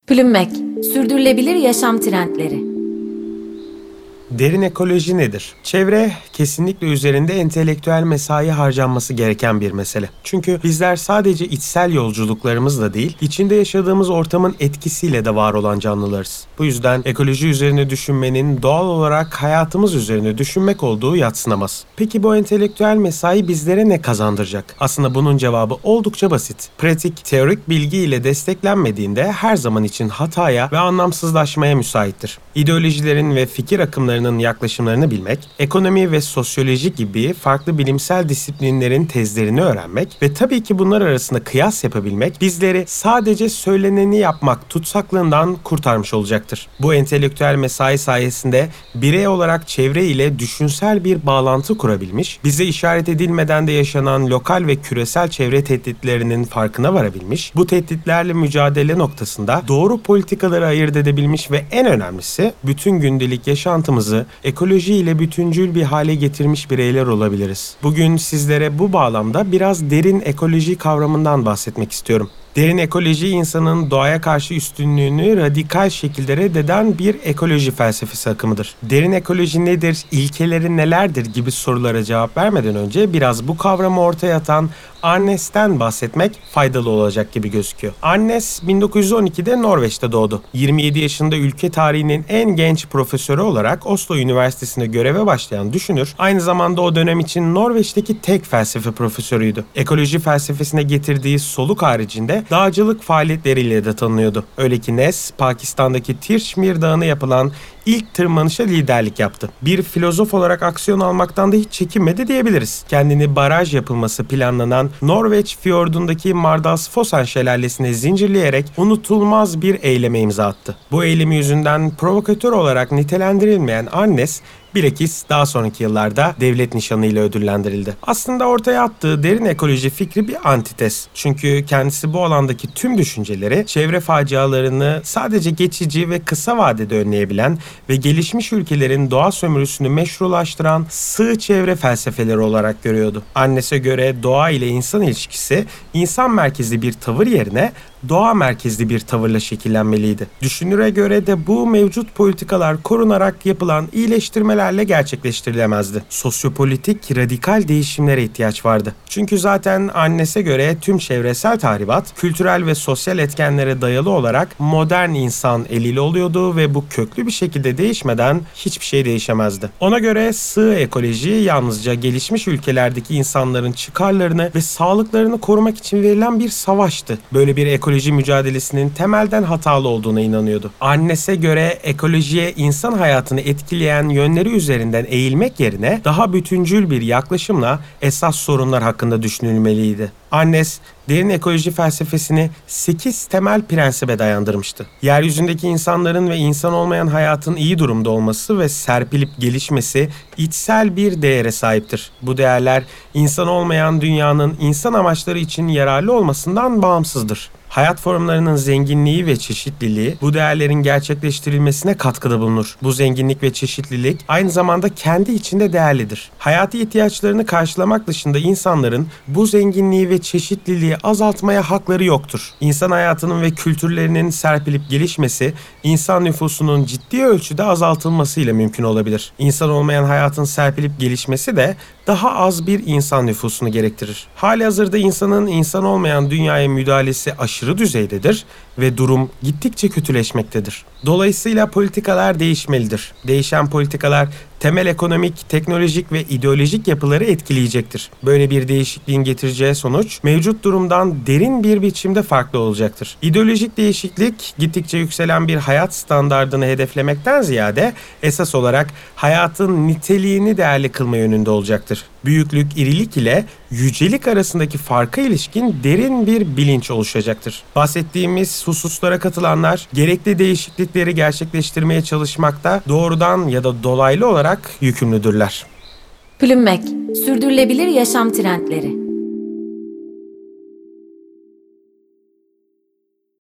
Plümmek, sürdürülebilir yaşam trendleri. Derin ekoloji nedir? Çevre, kesinlikle üzerinde entelektüel mesai harcanması gereken bir mesele. Çünkü bizler sadece içsel yolculuklarımızla değil, içinde yaşadığımız ortamın etkisiyle de var olan canlılarız. Bu yüzden ekoloji üzerine düşünmenin doğal olarak hayatımız üzerine düşünmek olduğu yadsınamaz. Peki bu entelektüel mesai bizlere ne kazandıracak? Aslında bunun cevabı oldukça basit. Pratik, teorik bilgi ile desteklenmediğinde her zaman için hataya ve anlamsızlaşmaya müsaittir. İdeolojilerin ve fikir akımlarının yaklaşımlarını bilmek, ekonomi ve sosyoloji gibi farklı bilimsel disiplinlerin tezlerini öğrenmek ve tabii ki bunlar arasında kıyas yapabilmek bizleri sadece söyleneni yapmak tutsaklığından kurtarmış olacaktır. Bu entelektüel mesai sayesinde birey olarak çevre ile düşünsel bir bağlantı kurabilmiş, bize işaret edilmeden de yaşanan lokal ve küresel çevre tehditlerinin farkına varabilmiş, bu tehditlerle mücadele noktasında doğru politikaları ayırt edebilmiş ve en önemlisi bütün gündelik yaşantımızı ekoloji ile bütüncül bir hale getirmiş bireyler olabiliriz. Bugün sizlere bu bağlamda biraz derin ekoloji kavramından bahsetmek istiyorum. Derin ekoloji insanın doğaya karşı üstünlüğünü radikal şekilde reddeden bir ekoloji felsefesi akımıdır. Derin ekoloji nedir, ilkeleri nelerdir gibi sorulara cevap vermeden önce biraz bu kavramı ortaya atan Arnes'ten bahsetmek faydalı olacak gibi gözüküyor. Arnes 1912'de Norveç'te doğdu. 27 yaşında ülke tarihinin en genç profesörü olarak Oslo Üniversitesi'nde göreve başlayan düşünür, aynı zamanda o dönem için Norveç'teki tek felsefe profesörüydü. Ekoloji felsefesine getirdiği soluk haricinde dağcılık faaliyetleriyle de tanınıyordu. Öyle ki Nes, Pakistan'daki Tirşmir Dağı'na yapılan ilk tırmanışa liderlik yaptı. Bir filozof olarak aksiyon almaktan da hiç çekinmedi diyebiliriz. Kendini baraj yapılması planlanan Norveç fiyordundaki Mardalsfossen şelalesine zincirleyerek unutulmaz bir eyleme imza attı. Bu eylemi yüzünden provokatör olarak nitelendirilmeyen Arnes, bilakis daha sonraki yıllarda devlet nişanıyla ödüllendirildi. Aslında ortaya attığı derin ekoloji fikri bir antites. Çünkü kendisi bu alandaki tüm düşünceleri çevre facialarını sadece geçici ve kısa vadede önleyebilen ve gelişmiş ülkelerin doğa sömürüsünü meşrulaştıran sığ çevre felsefeleri olarak görüyordu. Arnes'e göre doğa ile insan ilişkisi insan merkezli bir tavır yerine doğa merkezli bir tavırla şekillenmeliydi. Düşünüre göre de bu mevcut politikalar korunarak yapılan iyileştirmelerle gerçekleştirilemezdi. Sosyopolitik radikal değişimlere ihtiyaç vardı. Çünkü zaten Arnes'e göre tüm çevresel tahribat kültürel ve sosyal etkenlere dayalı olarak modern insan eliyle oluyordu ve bu köklü bir şekilde değişmeden hiçbir şey değişemezdi. Ona göre sığ ekoloji yalnızca gelişmiş ülkelerdeki insanların çıkarlarını ve sağlıklarını korumak için verilen bir savaştı. Böyle bir ekoloji mücadelesinin temelden hatalı olduğuna inanıyordu. Arnes'e göre ekolojiye insan hayatını etkileyen yönleri üzerinden eğilmek yerine daha bütüncül bir yaklaşımla esas sorunlar hakkında düşünülmeliydi. Arnes, derin ekoloji felsefesini 8 temel prensibe dayandırmıştı. Yeryüzündeki insanların ve insan olmayan hayatın iyi durumda olması ve serpilip gelişmesi içsel bir değere sahiptir. Bu değerler insan olmayan dünyanın insan amaçları için yararlı olmasından bağımsızdır. Hayat formlarının zenginliği ve çeşitliliği bu değerlerin gerçekleştirilmesine katkıda bulunur. Bu zenginlik ve çeşitlilik aynı zamanda kendi içinde değerlidir. Hayati ihtiyaçlarını karşılamak dışında insanların bu zenginliği ve çeşitliliği azaltmaya hakları yoktur. İnsan hayatının ve kültürlerinin serpilip gelişmesi, insan nüfusunun ciddi ölçüde azaltılmasıyla mümkün olabilir. İnsan olmayan hayatın serpilip gelişmesi de daha az bir insan nüfusunu gerektirir. Halihazırda insanın insan olmayan dünyaya müdahalesi aşırı düzeydedir ve durum gittikçe kötüleşmektedir. Dolayısıyla politikalar değişmelidir. Değişen politikalar temel ekonomik, teknolojik ve ideolojik yapıları etkileyecektir. Böyle bir değişikliğin getireceği sonuç mevcut durumdan derin bir biçimde farklı olacaktır. İdeolojik değişiklik gittikçe yükselen bir hayat standardını hedeflemekten ziyade esas olarak hayatın niteliğini değerli kılma yönünde olacaktır. Büyüklük, irilik ile yücelik arasındaki farka ilişkin derin bir bilinç oluşacaktır. Bahsettiğimiz hususlara katılanlar gerekli değişiklikleri gerçekleştirmeye çalışmakta doğrudan ya da dolaylı olarak yükümlüdürler. Plümmek, sürdürülebilir yaşam trendleri.